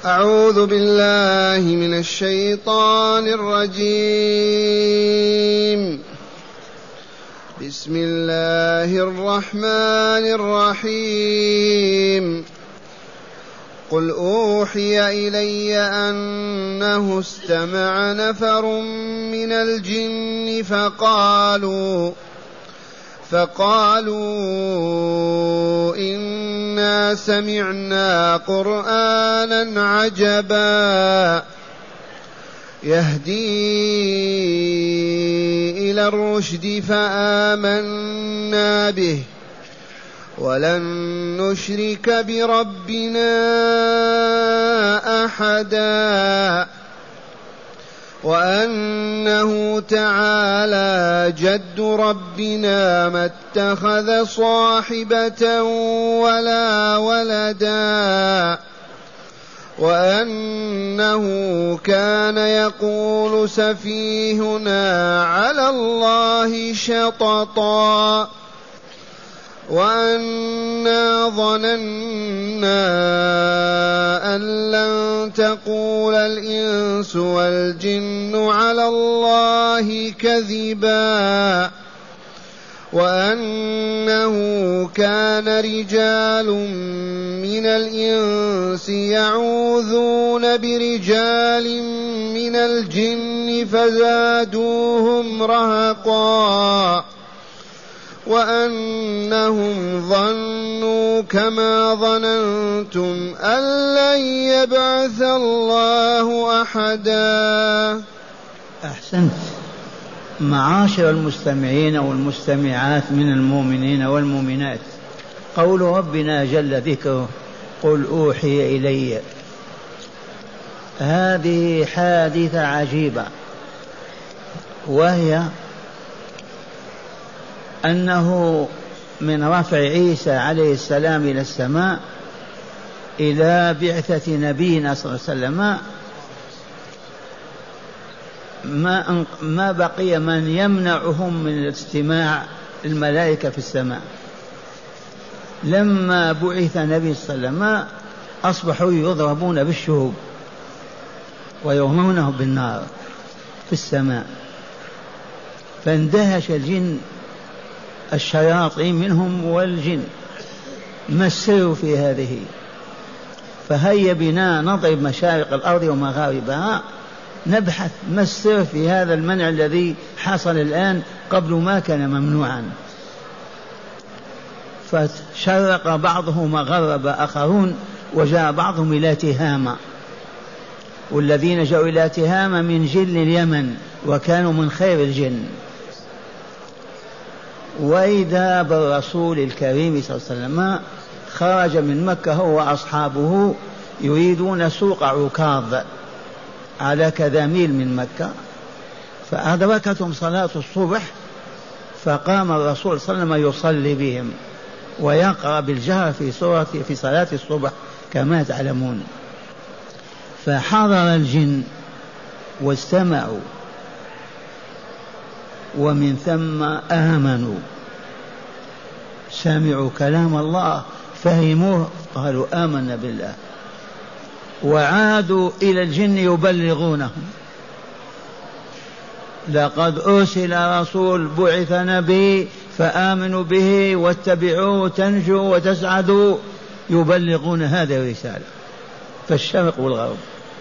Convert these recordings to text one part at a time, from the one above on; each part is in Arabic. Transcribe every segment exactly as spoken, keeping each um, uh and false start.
أعوذ بالله من الشيطان الرجيم. بسم الله الرحمن الرحيم. قل أوحي إلي أنه استمع نفر من الجن فقالوا فقالوا إنا سمعنا قرآنا عجبا يهدي إلى الرشد فآمنا به ولن نشرك بربنا أحدا وأنه تعالى جد ربنا ما اتخذ صاحبة ولا ولدا وأنه كان يقول سفيهنا على الله شططا وأنا ظننا أن لن تقول الإنس والجن على الله كذبا وأنه كان رجال من الإنس يعوذون برجال من الجن فزادوهم رهقا وأنهم ظنوا كما ظننتم أن لن يبعث الله أحدا. أحسنت. معاشر المستمعين والمستمعات من المؤمنين والمؤمنات، قول ربنا جل ذكره قل أوحي إلي، هذه حادثة عجيبة، وهي أنه من رفع عيسى عليه السلام إلى السماء إلى بعثة نبينا صلى الله عليه وسلم ما ما بقي من يمنعهم من استماع الملائكة في السماء. لما بعث النبي صلى الله عليه وسلم أصبحوا يضربون بالشهوب ويرمونه بالنار في السماء، فاندهش الجن الشياطين منهم والجن، ما السر في هذه؟ فهيا بنا نضرب مشارق الأرض ومغاربها، نبحث ما السر في هذا المنع الذي حصل الآن قبل ما كان ممنوعا. فشرق بعضهم وغرب آخرون، وجاء بعضهم إلى تهامة، والذين جاءوا إلى تهامة من جن اليمن وكانوا من خير الجن. وإذا بالرسول الكريم صلى الله عليه وسلم خرج من مكة هو وأصحابه يريدون سوق عكاظ على كذا ميل من مكة، فأدركتهم صلاة الصبح، فقام الرسول صلى الله عليه وسلم يصلي بهم ويقرأ بالجهر في سورة في صلاة الصبح كما تعلمون. فحضر الجن واستمعوا، ومن ثم آمنوا، سمعوا كلام الله فهموه قالوا آمنا بالله، وعادوا إلى الجن يبلغونهم لقد أرسل رسول بعث نبي فآمنوا به واتبعوه تنجوا وتسعدوا، يبلغون هذه الرسالة في الشرق والغرب.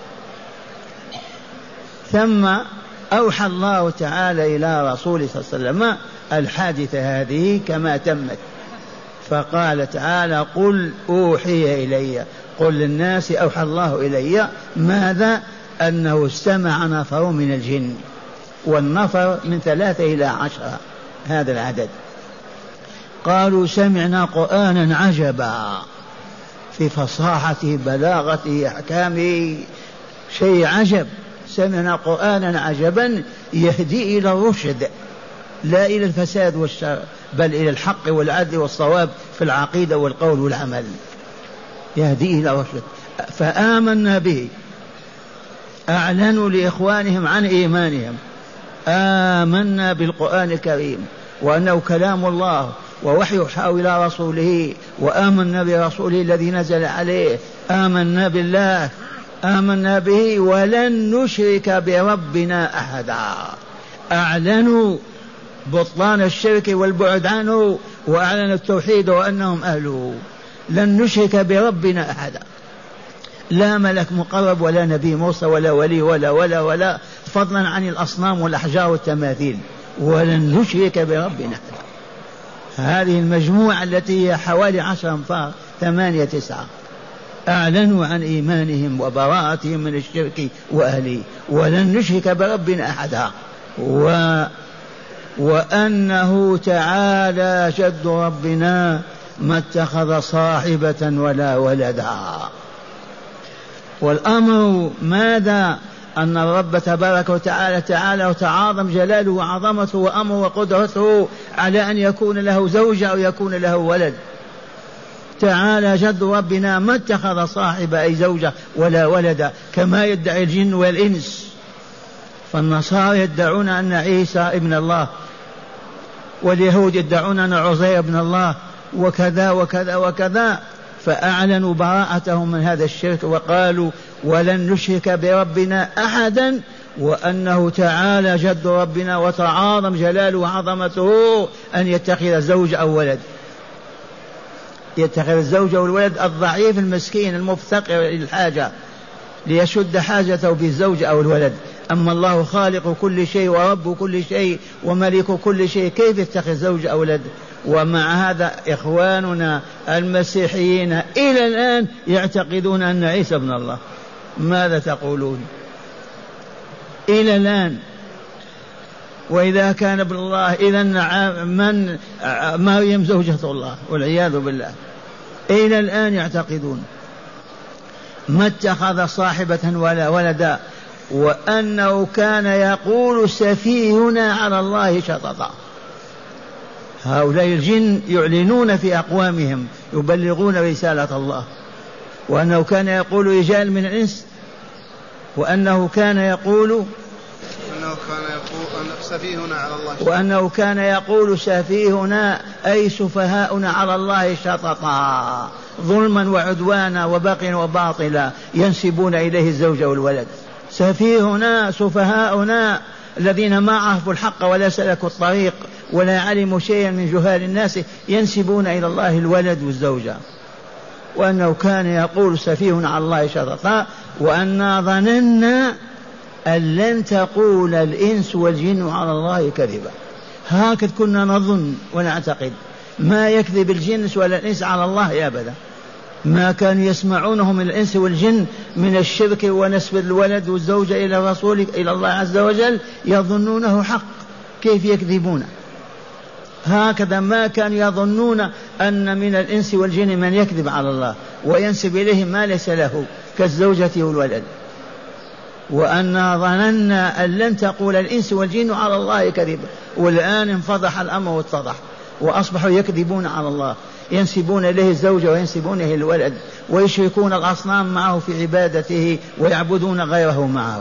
ثم أوحى الله تعالى إلى رسوله صلى الله عليه وسلم الحادثة هذه كما تمت، فقال تعالى قل أوحي إلي، قل للناس أوحى الله إلي ماذا؟ أنه استمع نفر من الجن، والنفر من ثلاثة إلى عشرة هذا العدد. قالوا سمعنا قرآنا عجبا، في فصاحته بلاغته أحكامه شيء عجب، سمعنا قرآنا عجبا يهدي إلى الرشد، لا إلى الفساد والشر، بل إلى الحق والعدل والصواب في العقيدة والقول والعمل، يهدي إلى الرشد. فآمنا به، أعلنوا لإخوانهم عن إيمانهم، آمنا بالقرآن الكريم وأنه كلام الله ووحي يوحى إلى رسوله، وآمنا برسوله الذي نزل عليه، آمنا بالله آمنا به ولن نشرك بربنا أحدا. أعلنوا بطلان الشرك والبعد عنه وأعلنوا التوحيد وأنهم أهله. لن نشرك بربنا أحدا، لا ملك مقرب ولا نبي مرسل ولا ولي ولا ولا ولا فضلا عن الأصنام والأحجار والتماثيل. ولن نشرك بربنا أحدا. هذه المجموعة التي هي حوالي عشر أنفار ثمانية تسعة أعلنوا عن إيمانهم وبراءتهم من الشرك وأهله. ولن نشرك بربنا أحدا. و وأنه تعالى جد ربنا ما اتخذ صاحبة ولا ولدا. والأمر ماذا؟ أن الرب تبارك وتعالى تعالى وتعاظم جلاله وعظمته وأمره وقدرته على أن يكون له زوجة أو يكون له ولد. تعالى جد ربنا ما اتخذ صاحبة أي زوجة ولا ولدا كما يدعي الجن والإنس. فالنصارى يدعون أن عيسى ابن الله، واليهود يدعون أن عزير ابن الله، وكذا وكذا وكذا. فأعلنوا براءتهم من هذا الشرك وقالوا ولن نشرك بربنا أحدا، وأنه تعالى جد ربنا وتعاظم جلاله وعظمته أن يتخذ زوج أو ولد. يتخذ الزوج أو الولد الضعيف المسكين المفتقر للحاجة ليشد حاجته بالزوج أو الولد. أما الله خالق كل شيء ورب كل شيء وملك كل شيء، كيف يتخذ زوج أو ولد؟ ومع هذا إخواننا المسيحيين إلى الآن يعتقدون أن عيسى ابن الله. ماذا تقولون؟ إلى الآن. وإذا كان ابن الله إذن من مريم زوجة الله والعياذ بالله. إلى الآن يعتقدون ما اتخذ صاحبة ولا ولدا، وأنه كان يقول سفيهنا على الله شططا. هؤلاء الجن يعلنون في أقوامهم يبلغون رسالة الله، وأنه كان يقول رجال من الإنس، وأنه كان يقول وأنه كان يقول سفيهنا على الله شططا. وأنه كان يقول سفيهنا أي سفهاؤنا على الله شططا، ظلما وعدوانا وبغيا وباطلا، ينسبون إليه الزوج والولد. سفيهنا سفهاؤنا الذين ما عرفوا الحق ولا سلكوا الطريق ولا علموا شيئا من جهال الناس ينسبون إلى الله الولد والزوجة. وأنه كان يقول سفيهنا على الله شططا وأنا ظننا أن لن تقول الإنس والجن على الله كذبا. هكذا كنا نظن ونعتقد، ما يكذب الجنس ولا الإنس على الله أبدا. ما كانوا يسمعونه من الإنس والجن من الشرك ونسب الولد والزوجة إلى الرسول إلى الله عز وجل يظنونه حق، كيف يكذبون؟ هكذا ما كانوا يظنون أن من الإنس والجن من يكذب على الله وينسب إليه ما ليس له كالزوجة والولد. وأنا ظننا أن لن تقول الإنس والجن على الله كذبا. والآن انفضح الأمر واتضح، وأصبحوا يكذبون على الله، ينسبون إليه الزوجة وينسبون إليه الولد، ويشركون الأصنام معه في عبادته ويعبدون غيره معه.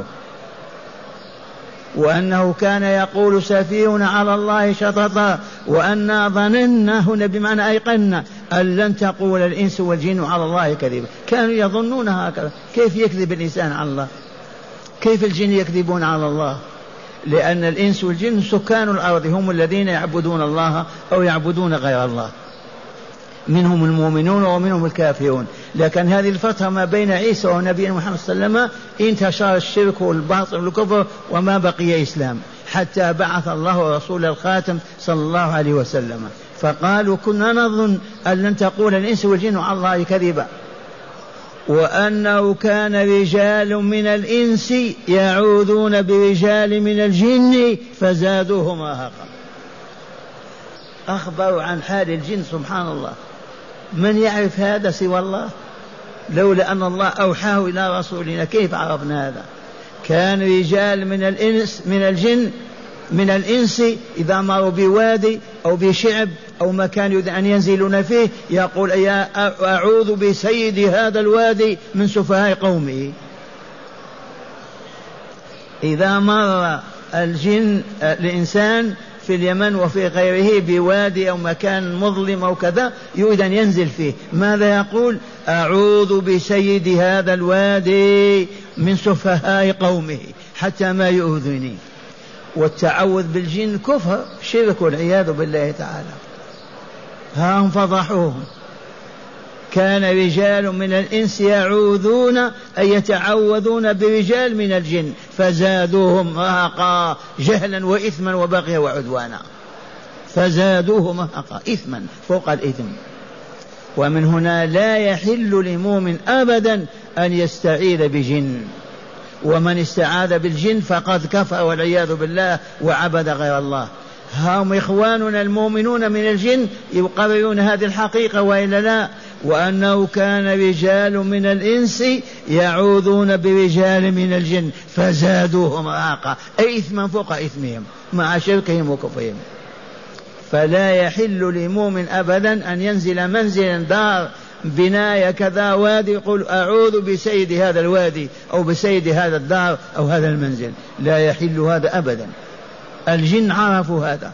وأنه كان يقول سفيهنا على الله شططا وأنا ظننا هنا بمعنى أيقنا أن لن تقول الإنس والجن على الله كذبا. كانوا يظنون هكذا. كيف يكذب الإنسان على الله؟ كيف الجن يكذبون على الله؟ لأن الإنس والجن سكان الأرض، هم الذين يعبدون الله أو يعبدون غير الله، منهم المؤمنون ومنهم الكافرون. لكن هذه الفترة ما بين عيسى ونبينا محمد صلى الله عليه وسلم انتشر الشرك والباطل والكفر وما بقي إسلام حتى بعث الله رسول الخاتم صلى الله عليه وسلم. فقالوا كنا نظن أن لن تقول الإنس والجن على الله كذبا. وأنه كان رجال من الإنس يعوذون برجال من الجن فزادوهم رهقا. أخبروا عن حال الجن سبحان الله. من يعرف هذا سوى الله؟ لولا أن الله أوحاه إلى رسولنا كيف عرفنا هذا؟ كان رجال من الإنس من الجن من الإنس إذا مروا بوادي أو بشعب أو مكان يريد أن ينزلون فيه يقول يا أعوذ بسيد هذا الوادي من سفهاء قومه. إذا مر الجن الإنسان في اليمن وفي غيره بوادي أو مكان مظلم أو كذا يريد أن ينزل فيه، ماذا يقول؟ أعوذ بسيد هذا الوادي من سفهاء قومه حتى ما يؤذني. والتعوذ بالجن كفر شرك والعياذ بالله تعالى. ها هم فضحوهم. كان رجال من الإنس يعوذون أي يتعوذون برجال من الجن فزادوهم رهقا جهلا وإثما وبغيا وعدوانا، فزادوهم رهقا إثما فوق الإثم. ومن هنا لا يحل لمؤمن أبدا أن يستعيذ بجن، ومن استعاذ بالجن فقد كفر والعياذ بالله وعبد غير الله. هم إخواننا المؤمنون من الجن يقررون هذه الحقيقة وإلا لا؟ وأنه كان رجال من الإنس يعوذون برجال من الجن فزادوهم رهقا أي إثما فوق إثمهم مع شركهم وكفرهم. فلا يحل لمؤمن أبدا أن ينزل منزلا دار بناية كذا وادي يقول أعوذ بسيد هذا الوادي أو بسيد هذا الدار أو هذا المنزل، لا يحل هذا أبدا. الجن عرفوا هذا.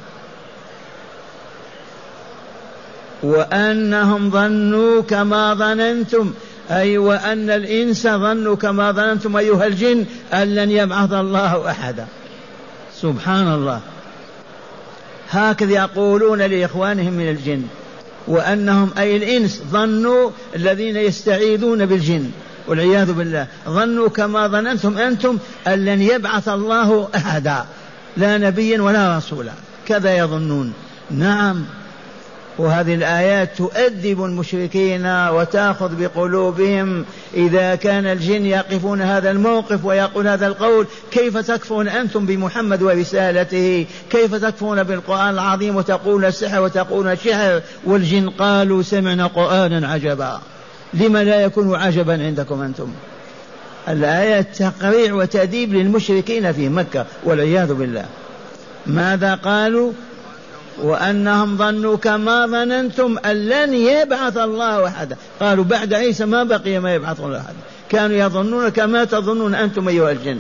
وأنهم ظنوا كما ظننتم أي وأن الإنس ظنوا كما ظننتم أيها الجن أن لن يبعث الله أحدا. سبحان الله. هكذا يقولون لإخوانهم من الجن. وأنهم أي الإنس ظنوا الذين يستعيذون بالجن والعياذ بالله ظنوا كما ظننتم أنتم أن لن يبعث الله أحدا لا نبيا ولا رسولا، كذا يظنون. نعم. وهذه الآيات تؤدب المشركين وتأخذ بقلوبهم. إذا كان الجن يقفون هذا الموقف ويقول هذا القول كيف تكفرون أنتم بمحمد ورسالته؟ كيف تكفرون بالقرآن العظيم وتقولون السحر وتقولون الشعر؟ والجن قالوا سمعنا قرآنا عجبا. لما لا يكون عجبا عندكم أنتم؟ الآيات تقريع وتأديب للمشركين في مكة والعياذ بالله. ماذا قالوا؟ وأنهم ظنوا كما ظننتم أن لن يبعث الله أحدا. قالوا بعد عيسى ما بقي ما يبعث الله أحدا. كانوا يظنون كما تظنون أنتم أيها الجن.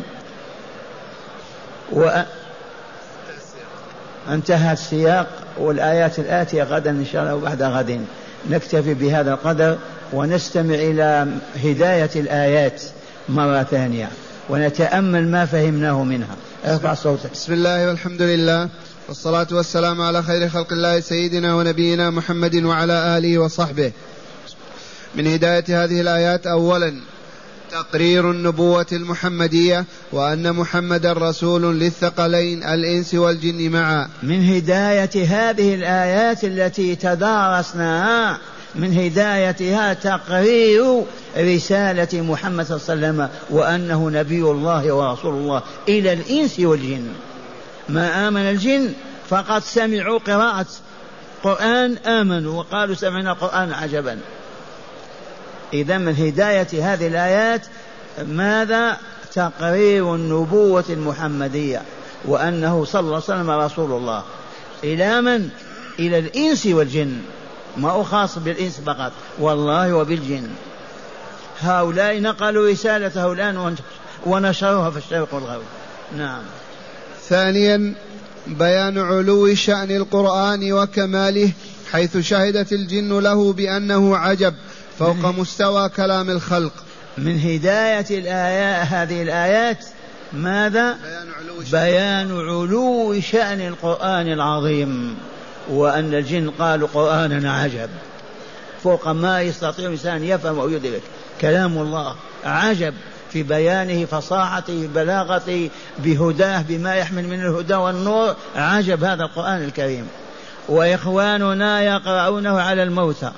وانتهى السياق والآيات الآتية غدا إن شاء الله وبعد غد. نكتفي بهذا القدر ونستمع إلى هداية الآيات مرة ثانية ونتأمل ما فهمناه منها. ارفع صوتك. بسم الله والحمد لله والصلاة والسلام على خير خلق الله سيدنا ونبينا محمد وعلى آله وصحبه. من هداية هذه الآيات أولا تقرير النبوة المحمدية وأن محمدا رسول للثقلين الإنس والجن معا. من هداية هذه الآيات التي تدارسناها من هدايتها تقرير رسالة محمد صلى الله عليه وسلم وأنه نبي الله ورسول الله إلى الإنس والجن. ما آمن الجن فقد سمعوا قراءة قرآن آمنوا وقالوا سمعنا قرآن عجبا. إذا من هداية هذه الآيات ماذا؟ تقرير النبوة المحمدية وأنه صلى الله عليه وسلم رسول الله. إلى من؟ إلى الإنس والجن، ما هو خاص بالإنس فقط والله وبالجن. هؤلاء نقلوا رسالته الآن ونشروها في الشرق والغرب. نعم. ثانيا بيان علو شأن القرآن وكماله حيث شهدت الجن له بأنه عجب فوق مستوى كلام الخلق. من هداية الآيات هذه الآيات ماذا؟ بيان علو شأن, بيان علو شأن القرآن العظيم وأن الجن قالوا قرآننا عجب فوق ما يستطيع الإنسان يفهم أو يدرك. كلام الله عجب في بيانه فصاحته بلاغته بهداه بما يحمل من الهدى والنور. عجب هذا القرآن الكريم. وإخواننا يقرؤونه على الموتى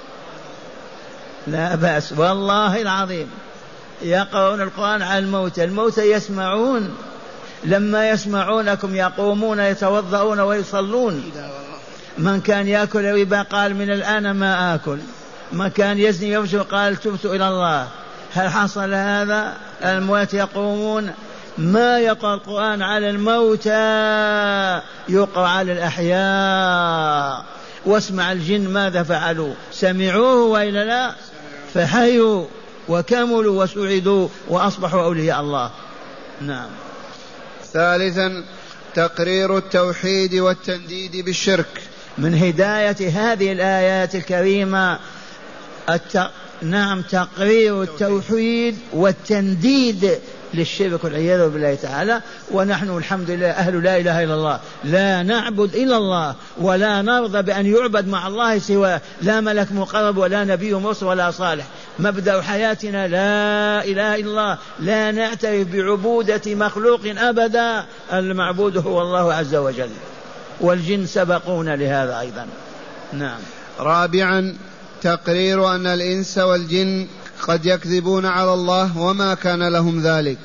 لا بأس والله العظيم يقرؤون القرآن على الموتى. الموتى يسمعون، لما يسمعونكم يقومون يتوضؤون ويصلون. من كان يأكل ربا قال من الآن ما آكل، من كان يزني يفجر قال تبت إلى الله. هل حصل هذا؟ الأموات يقومون. ما يقرأ القرآن على الموتى يقرأ على الأحياء. واسمع الجن ماذا فعلوا؟ سمعوه وإلا لا؟ فحيوا وكملوا وسعدوا وأصبحوا أولياء الله. نعم. ثالثا تقرير التوحيد والتنديد بالشرك. من هداية هذه الآيات الكريمة الت... نعم تقرير التوحيد والتنديد للشرك والعياذ بالله تعالى. ونحن الحمد لله أهل لا إله إلا الله، لا نعبد إلا الله ولا نرضى بأن يعبد مع الله سواه، لا ملك مقرب ولا نبي مرسل ولا صالح. مبدأ حياتنا لا إله إلا الله، لا نعترف بعبودة مخلوق أبدا، المعبود هو الله عز وجل، والجن سبقونا لهذا أيضا. نعم. رابعا تقرير أن الإنس والجن قد يكذبون على الله وما كان لهم ذلك.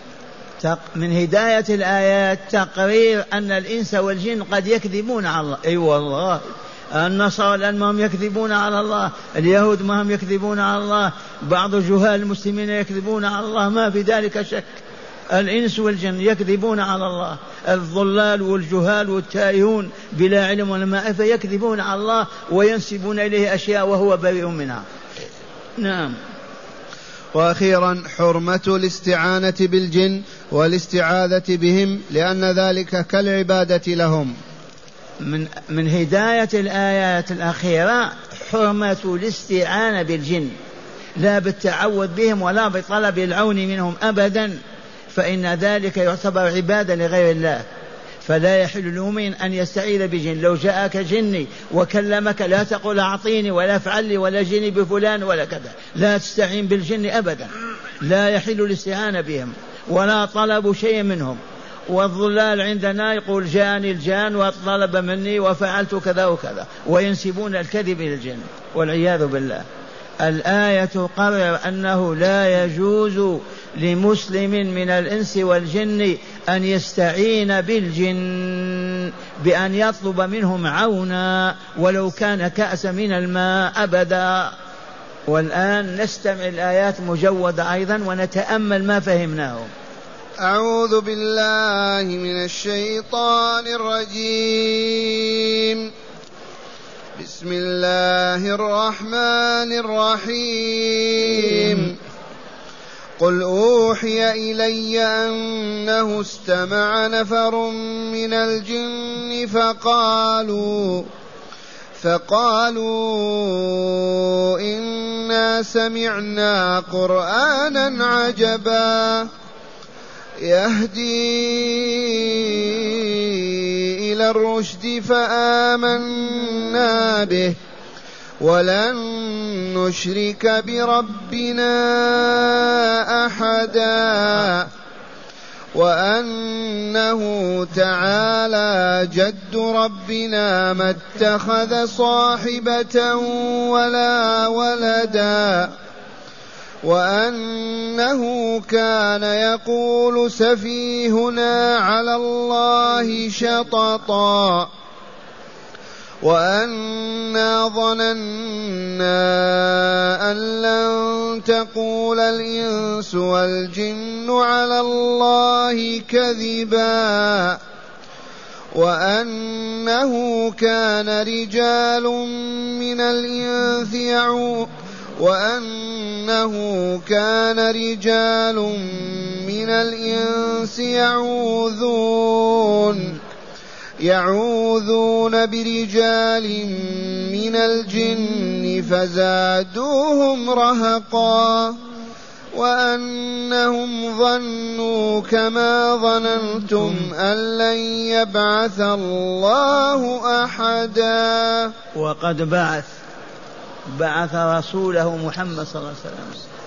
من هداية الآيات تقرير أن الإنس والجن قد يكذبون على الله. أي أيوة والله، النصارى الآن ما هم يكذبون على الله، اليهود ما هم يكذبون على الله، بعض جهال المسلمين يكذبون على الله، ما في ذلك شك. الإنس والجن يكذبون على الله، الضلال والجهال والتائهون بلا علم ولا معرفة يكذبون على الله وينسبون إليه أشياء وهو بريء منها. نعم. وأخيرا حرمة الاستعانة بالجن والاستعاذة بهم، لأن ذلك كالعبادة لهم. من, من هداية الآيات الأخيرة حرمة الاستعانة بالجن، لا بالتعوذ بهم ولا بطلب العون منهم أبدا، فإن ذلك يعتبر عبادة لغير الله. فلا يحل لمؤمن أن يستعيذ بجن. لو جاءك جني وكلمك لا تقول أعطيني ولا افعل لي ولا جني بفلان ولا كذا، لا تستعين بالجن أبدا، لا يحل الاستعانة بهم ولا طلب شيء منهم. والضلال عندنا يقول جاني الجان وطلب مني وفعلت كذا وكذا، وينسبون الكذب إلى الجن والعياذ بالله. الآية تقرر أنه لا يجوز لمسلم من الإنس والجن أن يستعين بالجن بأن يطلب منهم عونا ولو كان كأس من الماء أبدا. والآن نستمع الآيات مجودة أيضا ونتأمل ما فهمناه. أعوذ بالله من الشيطان الرجيم. بسم الله الرحمن الرحيم. قل أوحي إلي أنه استمع نفر من الجن فقالوا فقالوا إنا سمعنا قرآنا عجبا يهدي إلى الرشد فآمنا به ولن نشرك بربنا أحدا وأنه تعالى جد ربنا ما اتخذ صاحبة ولا ولدا وأنه كان يقول سفيهنا على الله شططا وأنا ظننا أن لن تقول الإنس والجن على الله كذبا وأنه كان رجال من الإنس يعوذون وأنه كان رجال من الإنس يعوذون يعوذون برجال من الجن فزادوهم رهقا وأنهم ظنوا كما ظننتم أن لن يبعث الله أحدا. وقد بعث بعث رسوله محمد صلى الله عليه وسلم